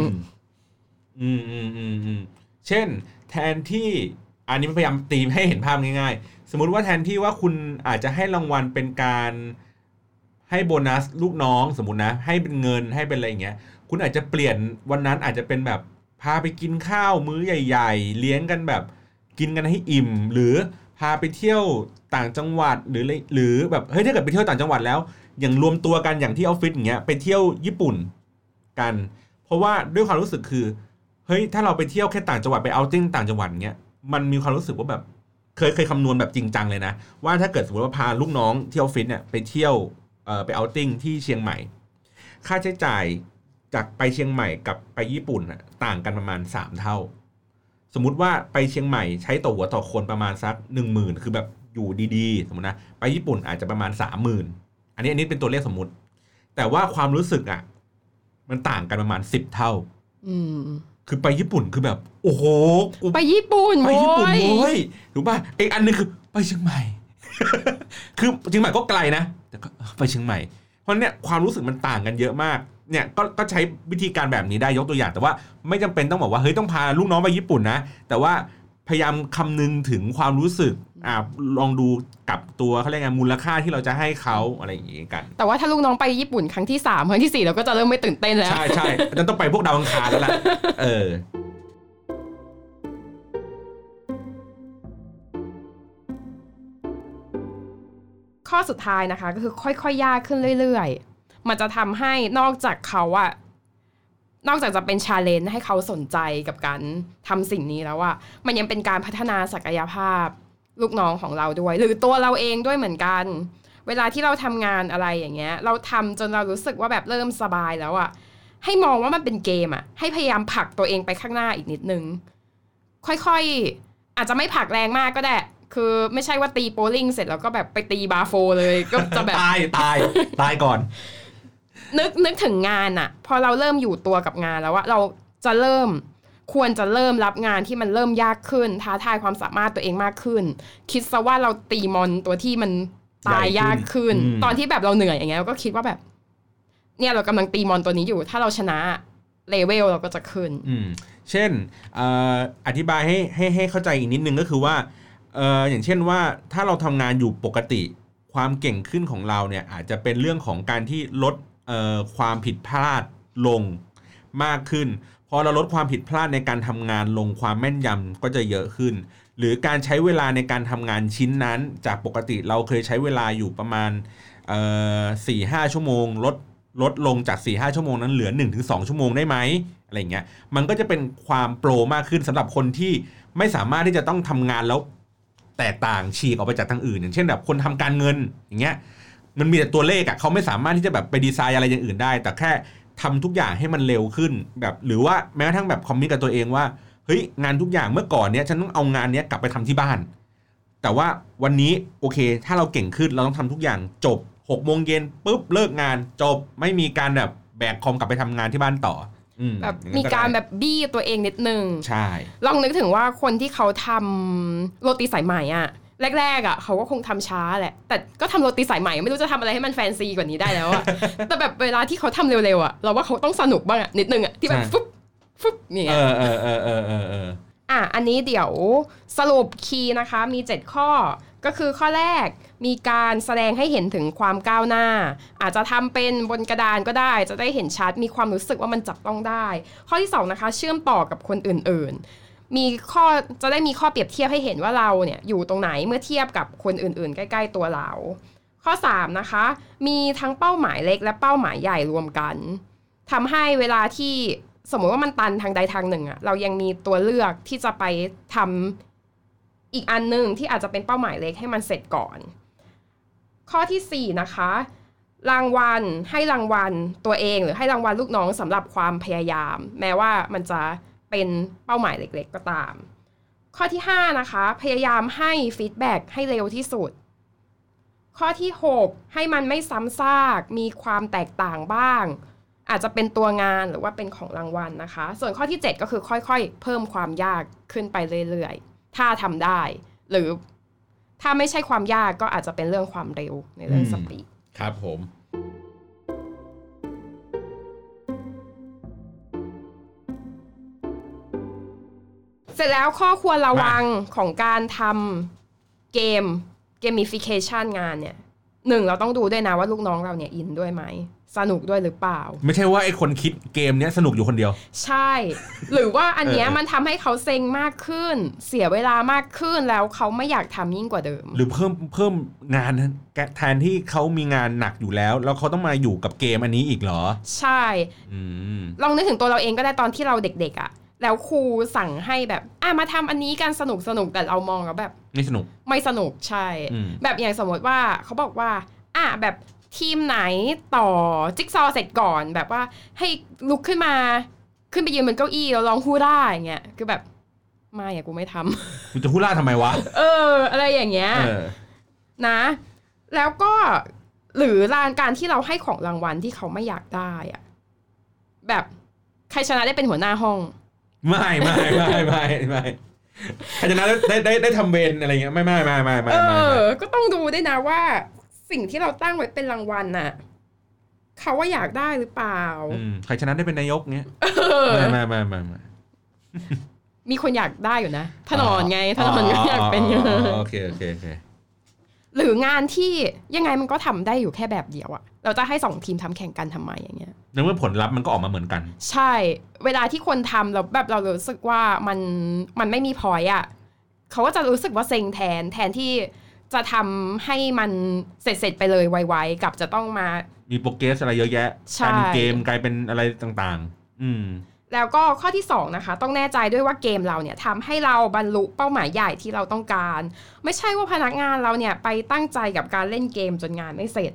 เช่นแทนที่อันนี้พยายามตีให้เห็นภาพง่ายๆสมมุติว่าแทนที่ว่าคุณอาจจะให้รางวัลเป็นการให้โบนัสลูกน้องสมมุตินะให้เป็นเงินให้เป็นอะไรอย่างเงี้ยคุณอาจจะเปลี่ยนวันนั้นอาจจะเป็นแบบพาไปกินข้าวมื้อใหญ่ๆเลี้ยงกันแบบกินกันให้อิ่มหรือพาไปเที่ยวต่างจังหวัดหรือแบบเฮ้ยถ้าเกิดไปเที่ยวต่างจังหวัดแล้วอย่างรวมตัวกันอย่างที่ออฟฟิศอย่างเงี้ยไปเที่ยวญี่ปุ่นกันเพราะว่าด้วยความรู้สึกคือเฮ้ยถ้าเราไปเที่ยวแค่ต่างจังหวัดไปเอาติ้งต่างจังหวัดเงี้ยมันมีความรู้สึกว่าแบบเคยคำนวณแบบจริงจังเลยนะว่าถ้าเกิดสมมติว่าพาลูกน้องที่ออฟฟิศเนี่ยไปเที่ยวไปเอาติ้งที่เชียงใหม่ค่าใช้จ่ายจากไปเชียงใหม่กับไปญี่ปุ่นน่ะต่างกันประมาณ3 เท่าสมมุติว่าไปเชียงใหม่ใช้ต่อหัวต่อคนประมาณสัก 10,000 คือแบบอยู่ดีๆสมมุตินะไปญี่ปุ่นอาจจะประมาณ 30,000 อันนี้เป็นตัวเลขสมมุติแต่ว่าความรู้สึกอ่ะมันต่างกันประมาณ10 เท่าคือไปญี่ปุ่นคือแบบโอ้โหไปญี่ปุ่นโว้ยถูกป่ะอีกอันนึงคือไปเชียงใหม่ คือเชียงใหม่ก็ไกลนะแต่ก็ไปเชียงใหม่เพราะเนี่ยความรู้สึกมันต่างกันเยอะมากเนี่ยก็ใช้วิธีการแบบนี้ได้ยกตัวอย่างแต่ว่าไม่จำเป็นต้องบอกว่าเฮ้ยต้องพาลูกน้องไปญี่ปุ่นนะแต่ว่าพยายามคำนึงถึงความรู้สึกลองดูกับตัวเขาเรียกไงมูลค่าที่เราจะให้เขาอะไรอย่างงี้กันแต่ว่าถ้าลูกน้องไปญี่ปุ่นครั้งที่3ครั้งที่4เราก็จะเริ่มไม่ตื่นเต้นแล้วใช่ๆต้องไปพวกดาวอังคารแล้วล่ะข้อสุดท้ายนะคะก็คือค่อยๆยากขึ้นเรื่อยๆมันจะทำให้นอกจากจะเป็น challenge ให้เขาสนใจกับการทำสิ่งนี้แล้วมันยังเป็นการพัฒนาศักยภาพลูกน้องของเราด้วยหรือตัวเราเองด้วยเหมือนกันเวลาที่เราทำงานอะไรอย่างเงี้ยเราทำจนเรารู้สึกว่าแบบเริ่มสบายแล้วให้มองว่ามันเป็นเกมให้พยายามผลักตัวเองไปข้างหน้าอีกนิดนึงค่อยๆอาจจะไม่ผลักแรงมากก็ได้คือไม่ใช่ว่าตีโบว์ลิ่งเสร็จแล้วก็แบบไปตีบาโฟเลยก็จะแบบตายก่อนนึกถึงงานพอเราเริ่มอยู่ตัวกับงานแล้วเราควรจะเริ่มรับงานที่มันเริ่มยากขึ้นท้าทายความสามารถตัวเองมากขึ้นคิดซะว่าเราตีมอนตัวที่มันตายยากขึ้นตอนที่แบบเราเหนื่อยอย่างเงี้ยเราก็คิดว่าแบบเนี่ยเรากำลังตีมอนตัวนี้อยู่ถ้าเราชนะเลเวลเราก็จะขึ้นเช่นอธิบายให้เข้าใจอีกนิดนึงก็คือว่าอย่างเช่นว่าถ้าเราทำงานอยู่ปกติความเก่งขึ้นของเราเนี่ยอาจจะเป็นเรื่องของการที่ลดความผิดพลาดลงมากขึ้นพอเราลดความผิดพลาดในการทำงานลงความแม่นยำก็จะเยอะขึ้นหรือการใช้เวลาในการทำงานชิ้นนั้นจากปกติเราเคยใช้เวลาอยู่ประมาณ4-5 ชั่วโมงลดลงจาก 4-5 ชั่วโมงนั้นเหลือ 1-2 ชั่วโมงได้ไหมอะไรอย่างเงี้ยมันก็จะเป็นความโปรมากขึ้นสำหรับคนที่ไม่สามารถที่จะต้องทำงานแล้วแตกต่างฉีกออกไปจากทางอื่นอย่างเช่นแบบคนทำการเงินอย่างเงี้ยมันมีแต่ตัวเลขเขาไม่สามารถที่จะแบบไปดีไซน์อะไรอย่างอื่นได้แต่แค่ทำทุกอย่างให้มันเร็วขึ้นแบบหรือว่าแม้กระทั่งแบบคอมมิตกับตัวเองว่าเฮ้ยงานทุกอย่างเมื่อก่อนเนี้ยฉันต้องเอางานเนี้ยกลับไปทำที่บ้านแต่ว่าวันนี้โอเคถ้าเราเก่งขึ้นเราต้องทำทุกอย่างจบ 18:00 นปุ๊บเลิกงานจบไม่มีการแบบแบกคอมกลับไปทำงานที่บ้านต่อแบบมีการแบบบี้ตัวเองนิดนึงใช่ลองนึกถึงว่าคนที่เขาทำโรตีสายไหมแรกๆเขาก็คงทำช้าแหละแต่ก็ทำโรตีสายไหมไม่รู้จะทำอะไรให้มันแฟนซีกว่านี้ได้แล้วแต่แบบเวลาที่เขาทำเร็วๆเราว่าเขาต้องสนุกบ้างนิดนึงที่แบบฟึบเนี่ยอันนี้เดี๋ยวสรุปคีย์นะคะมี7ข้อก็คือข้อแรกมีการแสดงให้เห็นถึงความก้าวหน้าอาจจะทำเป็นบนกระดานก็ได้จะได้เห็นชัดมีความรู้สึกว่ามันจับต้องได้ข้อที่2นะคะเชื่อมต่อกับคนอื่นๆจะได้มีข้อเปรียบเทียบให้เห็นว่าเราเนี่ยอยู่ตรงไหนเมื่อเทียบกับคนอื่นๆใกล้ๆตัวเราข้อ3นะคะมีทั้งเป้าหมายเล็กและเป้าหมายใหญ่รวมกันทำให้เวลาที่สมมติว่ามันตันทางใดทางหนึ่งอะเรายังมีตัวเลือกที่จะไปทำอีกอันนึงที่อาจจะเป็นเป้าหมายเล็กให้มันเสร็จก่อนข้อที่4นะคะรางวัลให้รางวัลตัวเองหรือให้รางวัลลูกน้องสำหรับความพยายามแม้ว่ามันจะเป็นเป้าหมายเล็กๆก็ตามข้อที่5นะคะพยายามให้ฟีดแบ็กให้เร็วที่สุดข้อที่6ให้มันไม่ซ้ำซากมีความแตกต่างบ้างอาจจะเป็นตัวงานหรือว่าเป็นของรางวัลนะคะส่วนข้อที่7ก็คือค่อยๆเพิ่มความยากขึ้นไปเรื่อยๆถ้าทำได้หรือถ้าไม่ใช่ความยากก็อาจจะเป็นเรื่องความเร็วในเรื่องสปีดครับผมเสร็จแล้วข้อควรระวังของการทำgamification งานเนี่ย1เราต้องดูด้วยนะว่าลูกน้องเราเนี่ยอินด้วยไหมสนุกด้วยหรือเปล่าไม่ใช่ว่าไอ้คนคิดเกมเนี้ยสนุกอยู่คนเดียวใช่หรือว่าอันเนี้ยมันทำให้เขาเซ็งมากขึ้นเสียเวลามากขึ้นแล้วเขาไม่อยากทำยิ่งกว่าเดิมหรือเพิ่มงานแทนที่เขามีงานหนักอยู่แล้วเขาต้องมาอยู่กับเกมอันนี้อีกเหรอใช่ลองนึกถึงตัวเราเองก็ได้ตอนที่เราเด็กๆอ่ะแล้วครูสั่งให้แบบมาทำอันนี้กันสนุกแต่เรามองแล้วแบบไม่สนุกใช่แบบอย่างสมมติว่าเขาบอกว่าแบบทีมไหนต่อจิ๊กซอว์เสร็จก่อนแบบว่าให้ลุกขึ้นไปยืนบนเก้าอี้แล้วร้องฮู้ได้อย่างเงี้ยคือแบบไม่กูไม่ทำกูจะฮู้ล่าทำไมวะอะไรอย่างเงี้ยนะแล้วก็หรือการที่เราให้ของรางวัลที่เขาไม่อยากได้อะแบบใครชนะได้เป็นหัวหน้าห้องไม่ใครชนะได้ทำเวรอะไรเงี้ยไม่ก็ต้องดูด้วยนะว่าสิ่งที่เราตั้งไว้เป็นรางวัลน่ะเขาว่าอยากได้หรือเปล่าใครชนะได้เป็นนายกเงี้ยไม่มีคนอยากได้อยู่นะถนนไงถนนก็อยากเป็นอยู่โอเคหรืองานที่ยังไงมันก็ทำได้อยู่แค่แบบเดียวอะเราจะให้2ทีมทำแข่งกันทำไมอย่างเงี้ยในเมื่อผลลัพธ์มันก็ออกมาเหมือนกันใช่เวลาที่คนทำเราแบบเรารู้สึกว่ามันไม่มีพอยต์อะเขาก็จะรู้สึกว่าเซ็งแทนที่จะทำให้มันเสร็จไปเลยไวๆกับจะต้องมามีโปรเกรสอะไรเยอะแยะกลายเป็นเกมกลายเป็นอะไรต่างๆแล้วก็ข้อที่2นะคะต้องแน่ใจด้วยว่าเกมเราเนี่ยทำให้เราบรรลุเป้าหมายใหญ่ที่เราต้องการไม่ใช่ว่าพนักงานเราเนี่ยไปตั้งใจกับการเล่นเกมจนงานไม่เสร็จ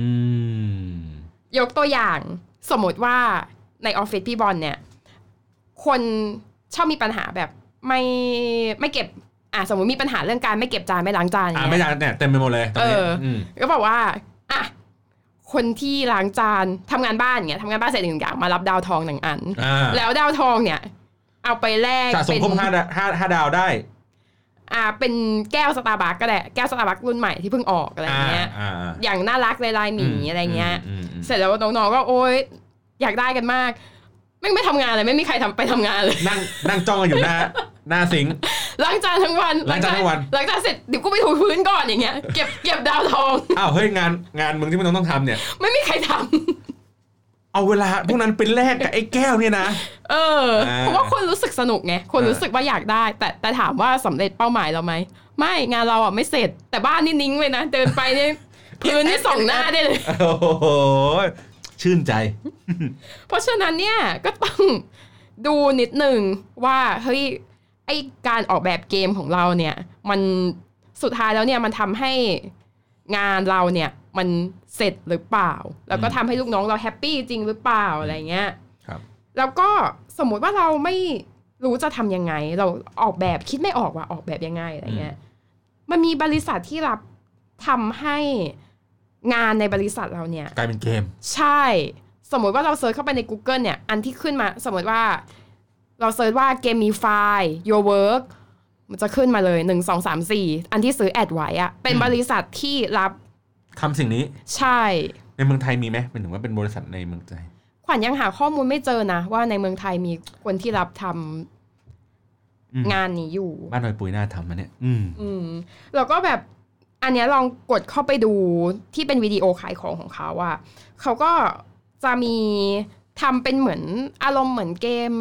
ยกตัวอย่างสมมติว่าในออฟฟิศพี่บอลเนี่ยคนชอบมีปัญหาแบบไม่เก็บสมมติมีปัญหาเรื่องการไม่เก็บจานไม่ล้างจานไม่ล้างเนี่ยเต็มไปหมดเลยตอนนี้ก็บอกว่าคนที่ล้างจานทำงานบ้านเงี้ยทำงานบ้านเสร็จ1 อย่างมารับดาวทอง1 อันแล้วดาวทองเนี่ยเอาไปแลกสะสมครบ5 ดาวได้เป็นแก้วสตาร์บัคก็ได้แก้วสตาร์บัครุ่นใหม่ที่เพิ่งออกอะไรเงี้ยอย่างน่ารักลายหมีอะไรเงี้ยเสร็จแล้วน้องๆก็โอ๊ยอยากได้กันมากไม่ทำงานเลยไม่มีใครไปทำงานเลยนั่งจ้องกันอยู่หน้าสิงล้างจานทั้งวันล้างจานเสร็จเดี๋ยวกูไปถูพื้นก่อนอย่างเงี้ยเก็บดาวทองเฮ้ยงานมึงที่มึงต้องทำเนี่ยไม่มีใครทำเอาเวลาพวกนั้นเป็นแลกกับไอ้แก้วเนี่ยนะเพราะว่าคนรู้สึกสนุกไงคนรู้สึกว่าอยากได้แต่ถามว่าสำเร็จเป้าหมายเราไหมไม่งานเราไม่เสร็จแต่บ้านนี่นิ่งเลยนะเดินไปเนี่ยพื้นนี่ส่องหน้าได้เลยโอ้โหชื่นใจเพราะฉะนั้นเนี่ยก็ต้องดูนิดนึงว่าเฮ้ยไอการออกแบบเกมของเราเนี่ยมันสุดท้ายแล้วเนี่ยมันทำให้งานเราเนี่ยมันเสร็จหรือเปล่าแล้วก็ทำให้ลูกน้องเราแฮปปี้จริงหรือเปล่าอะไรเงี้ยแล้วก็สมมุติว่าเราไม่รู้จะทำยังไงเราออกแบบคิดไม่ออกว่าออกแบบยังไงอะไรเงี้ยมันมีบริษัทที่รับทำให้งานในบริษัทเราเนี่ยกลายเป็นเกมใช่สมมติว่าเราเซิร์ชเข้าไปใน Google เนี่ยอันที่ขึ้นมาสมมติว่าเราเซิร์ชว่า Gamify Your Work มันจะขึ้นมาเลย1 2 3 4อันที่ซื้อแอดไว้อะเป็นบริษัทที่รับทำสิ่งนี้ใช่ในเมืองไทยมีไหมเป็นถึงว่าเป็นบริษัทในเมืองไทยขวัญยังหาข้อมูลไม่เจอนะว่าในเมืองไทยมีคนที่รับทำงานนี้อยู่บ้านหน่อยปุ๋ยน่าทำนะเนี่ยแล้วก็แบบอันนี้ลองกดเข้าไปดูที่เป็นวิดีโอขายของของเขาว่าเขาก็จะมีทำเป็นเหมือนอารมณ์เหมือนเกม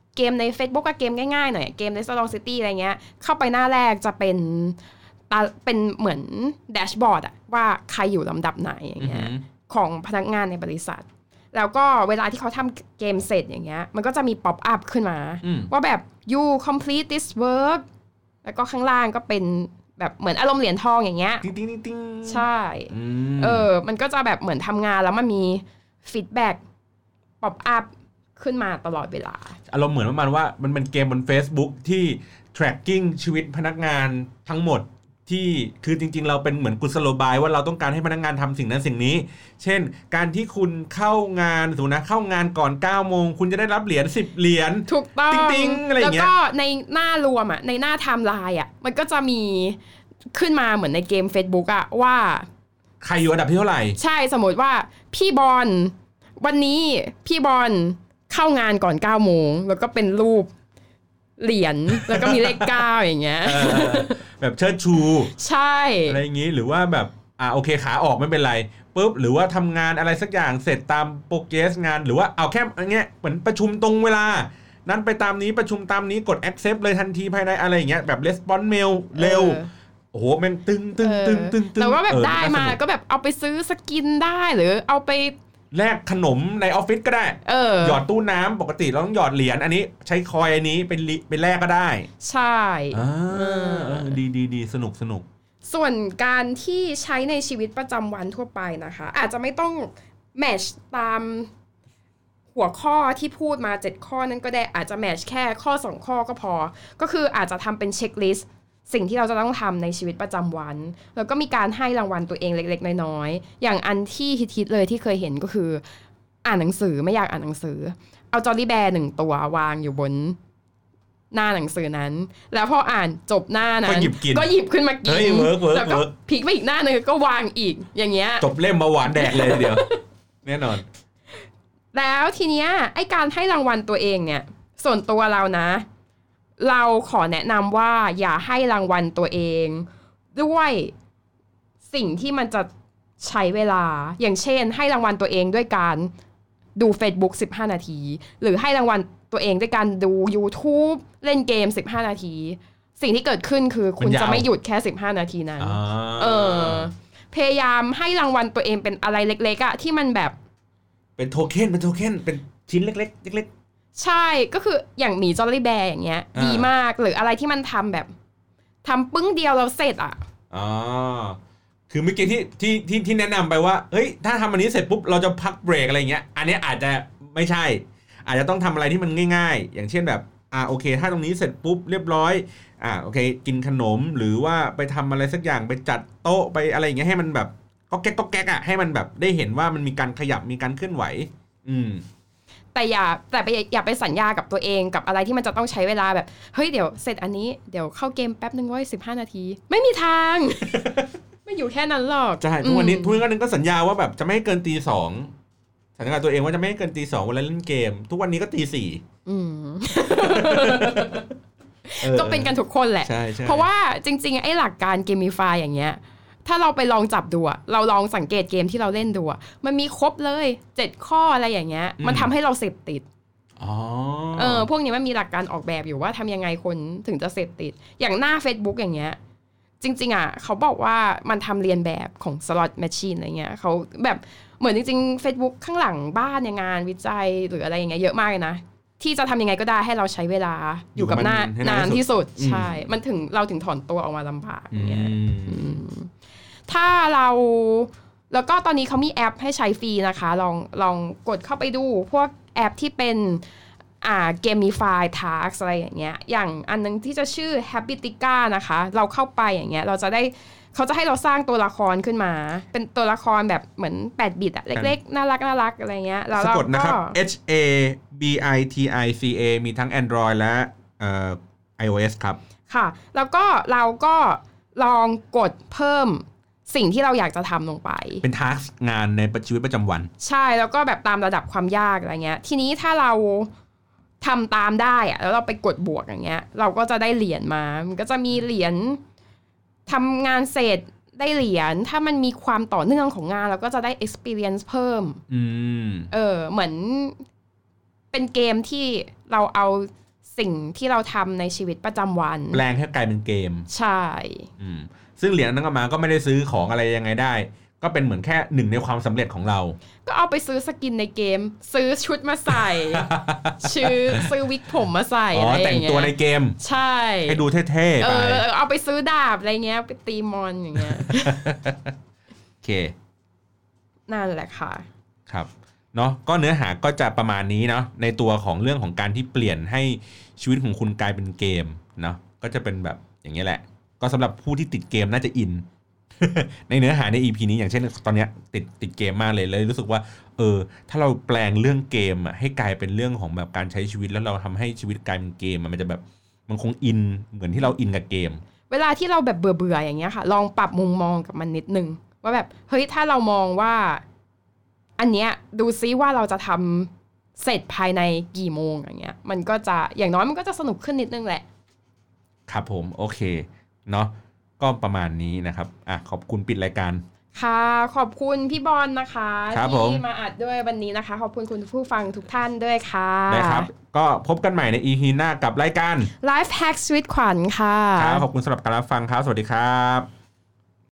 เกมใน Facebook ก็เกมง่ายๆหน่อยเกม Restaurant City อะไรเงี้ยเข้าไปหน้าแรกจะเป็นเหมือนแดชบอร์ดอะว่าใครอยู่ลำดับไหนอย่างเงี้ยของพนักงานในบริษัทแล้วก็เวลาที่เขาทำเกมเสร็จอย่างเงี้ยมันก็จะมีป๊อปอัพขึ้นมาว่าแบบ you complete this work แล้วก็ข้างล่างก็เป็นแบบเหมือนอารมณ์เหรียญทองอย่างเงี้ยติ๊งใช่มันก็จะแบบเหมือนทำงานแล้วมันมีฟีดแบ็กป๊อปอัพขึ้นมาตลอดเวลาอารมณ์เหมือนประมาณว่ามันเป็นเกมบน Facebook ที่ tracking ชีวิตพนักงานทั้งหมดที่คือจริงๆเราเป็นเหมือนกุศโลบายว่าเราต้องการให้พนักงานทำสิ่งนั้นสิ่งนี้เช่นการที่คุณเข้างานสมมุตินะเข้างานก่อน 9 โมงคุณจะได้รับเหรียญ10 เหรียญถูกต้องติ๊งๆอะไรอย่างเงี้ยแล้วก็ในหน้ารวมอ่ะในหน้าไทม์ไลน์อ่ะมันก็จะมีขึ้นมาเหมือนในเกม Facebook อ่ะว่าใครอยู่อันดับที่เท่าไหร่ใช่สมมติว่าพี่บอลวันนี้พี่บอลเข้างานก่อน 9 โมงแล้วก็เป็นรูปเหรียญแล้วก็มีเลข 9 อย่างเงี้ยแบบเชิดชูใช่อะไรอย่างงี้หรือว่าแบบโอเคขาออกไม่เป็นไรปุ๊บหรือว่าทำงานอะไรสักอย่างเสร็จตามโปรเกรสงานหรือว่าเอาแค่อย่างเงี้ยเหมือนประชุมตรงเวลานั้นไปตามนี้ประชุมตามนี้กด accept เลยทันทีภายในอะไรอย่างเงี้ยแบบ response mail เร็วโอ้โหแม่งตึงแล้วก็แบบได้มาก็แบบเอาไปซื้อสกินได้หรือเอาไปแลกขนมในออฟฟิศก็ได้หยอดตู้น้ำปกติเราต้องหยอดเหรียญอันนี้ใช้คอยอันนี้เป็นแลกก็ได้ใช่ดีสนุกส่วนการที่ใช้ในชีวิตประจำวันทั่วไปนะคะอาจจะไม่ต้องแมทช์ตามหัวข้อที่พูดมา7ข้อนั้นก็ได้อาจจะแมทช์แค่ข้อ2ข้อก็พอก็คืออาจจะทำเป็นเช็คลิสต์สิ่งที่เราจะต้องทำในชีวิตประจำวันแล้วก็มีการให้รางวัลตัวเองเล็กๆน้อยๆอย่างอันที่ฮิตๆเลยที่เคยเห็นก็คืออ่านหนังสือไม่อยากอ่านหนังสือเอาจอรี่แบร์1ตัววางอยู่บนหน้าหนังสือนั้นแล้วพออ่านจบหน้านั้นก็หยิบขึ้นมากินแล้วก็พลิกไปอีกหน้านึงก็วางอีกอย่างเงี้ยจบเล่มมาหวานแดกเลยเดียวแน่นอนแล้วทีเนี้ยไอ้การให้รางวัลตัวเองเนี่ยส่วนตัวเรานะเราขอแนะนำว่าอย่าให้รางวัลตัวเองด้วยสิ่งที่มันจะใช้เวลาอย่างเช่นให้รางวัลตัวเองด้วยการดู Facebook 15 นาทีหรือให้รางวัลตัวเองด้วยการดู YouTube เล่นเกม15 นาทีสิ่งที่เกิดขึ้นคือคุณจะไม่หยุดแค่15 นาทีนั้นพยายามให้รางวัลตัวเองเป็นอะไรเล็กๆอะที่มันแบบเป็นโทเค็นเป็นชิ้นเล็กๆเล็กใช่ก็คืออย่างหมีจอลลี่แบร์อย่างเงี้ยดีมากหรืออะไรที่มันทำแบบทำปึ้งเดียวเราเสร็จอ่ะคือเมื่อกี้ที่แนะนำไปว่าเฮ้ยถ้าทำอันนี้เสร็จปุ๊บเราจะพักเบรกอะไรเงี้ยอันนี้อาจจะไม่ใช่อาจจะต้องทำอะไรที่มันง่ายๆอย่างเช่นแบบโอเคถ้าตรงนี้เสร็จปุ๊บเรียบร้อยโอเคกินขนมหรือว่าไปทำอะไรสักอย่างไปจัดโต๊ะไปอะไรอย่างเงี้ยให้มันแบบก็แก๊กให้มันแบบได้เห็นว่ามันมีการขยับมีการเคลื่อนไหวแต่อย่าไปสัญญากับตัวเองกับอะไรที่มันจะต้องใช้เวลาแบบเฮ้ยเดี๋ยวเสร็จอันนี้เดี๋ยวเข้าเกมแป๊บนึงว่า15 นาทีไม่มีทาง ไม่อยู่แค่นั้นหรอกใช่ทุกวันนี้ทุกวันนึงก็สัญญาว่าแบบจะไม่ให้เกินตี 2สัญญาตัวเองว่าจะไม่ให้เกินตี 2เวลาเล่นเกมทุกวันนี้ก็ตี 4 ก็เป็นกันทุกคนแหละเพราะว่าจริงๆไอ้หลักการเกมมีฟายอย่างเงี้ยถ้าเราไปลองจับดูเราลองสังเกตเกมที่เราเล่นดูมันมีครบเลย7ข้ออะไรอย่างเงี้ยมันทำให้เราเสพติดพวกนี้มันมีหลักการออกแบบอยู่ว่าทำยังไงคนถึงจะเสพติดอย่างหน้า Facebook อย่างเงี้ยจริงๆเขาบอกว่ามันทำเรียนแบบของ slot machine อะไรเงี้ยเขาแบบเหมือนจริงๆ Facebook ข้างหลังบ้านงานวิจัยหรืออะไรอย่างเงี้ยเยอะมากเลยนะที่จะทำยังไงก็ได้ให้เราใช้เวลาอยู่กับหน้านานที่สุดใช่มันถึงเราถึงถอนตัวออกมาลำบากอย่างเงี้ยถ้าเราแล้วก็ตอนนี้เขามีแอปให้ใช้ฟรีนะคะลองกดเข้าไปดูพวกแอปที่เป็นgamify task อะไรอย่างเงี้ยอย่างอันนึงที่จะชื่อ Habitica นะคะเราเข้าไปอย่างเงี้ยเขาจะให้เราสร้างตัวละครขึ้นมาเป็นตัวละครแบบเหมือน8 บิตเล็กๆน่ารักอะไรเงี้ยแล้วเราก็สะกดนะครับ HABITICA มีทั้ง Android และiOS ครับค่ะแล้วก็เราก็ลองกดเพิ่มสิ่งที่เราอยากจะทำลงไปเป็นทาสงานในชีวิตประจำวันใช่แล้วก็แบบตามระดับความยากอะไรเงี้ยทีนี้ถ้าเราทำตามได้แล้วเราไปกดบวกอย่างเงี้ยเราก็จะได้เหรียญมามันก็จะมีเหรียญทำงานเสร็จได้เหรียญถ้ามันมีความต่อเนื่องของงานเราก็จะได้ experience เพิ่มเหมือนเป็นเกมที่เราเอาสิ่งที่เราทำในชีวิตประจำวันแปลงให้กลายเป็นเกมใช่ซึ่งเหรียญนั้นก็มาก็ไม่ได้ซื้อของอะไรยังไงได้ก็เป็นเหมือนแค่หนึ่งในความสำเร็จของเราก็เอาไปซื้อสกินในเกมซื้อชุดมาใส่ ซื้อวิกผมมาใส่อะไรอย่างเงี้ยแต่งตัวในเกมใช่ให้ดูเท่ๆไปเอาไปซื้อดาบอะไรเงี้ยไปตีมอนอย่างเงี้ยโอเคนั่นแหละค่ะครับเนาะก็เนื้อหาก็จะประมาณนี้เนาะในตัวของเรื่องของการที่เปลี่ยนให้ชีวิตของคุณกลายเป็นเกมเนาะก็จะเป็นแบบอย่างนี้แหละก็สำหรับผู้ที่ติดเกมน่าจะอิน ในเนื้อหาใน EP นี้อย่างเช่นตอนนี้ติดเกมมากเลยรู้สึกว่าถ้าเราแปลงเรื่องเกมให้กลายเป็นเรื่องของแบบการใช้ชีวิตแล้วเราทำให้ชีวิตกลายเป็นเกมมันจะแบบมันคงอินเหมือนที่เราอินกับเกมเวลาที่เราแบบเบื่ออย่างเงี้ยค่ะลองปรับมุมมองกับมันนิดนึงว่าแบบเฮ้ยถ้าเรามองว่าอันเนี้ยดูซิว่าเราจะทำเสร็จภายในกี่โมงอย่างเงี้ยมันก็จะอย่างน้อยมันก็จะสนุกขึ้นนิดนึงแหละครับผมโอเคเนาะก็ประมาณนี้นะครับขอบคุณปิดรายการค่ะขอบคุณพี่บอลนะคะที่มาอัดด้วยวันนี้นะคะขอบคุณคุณผู้ฟังทุกท่านด้วยค่ะได้ครับก็พบกันใหม่ใน EP หน้ากับรายการ Life Hacks with ขวัญค่ะครับขอบคุณสำหรับการรับฟังครับสวัสดีครับ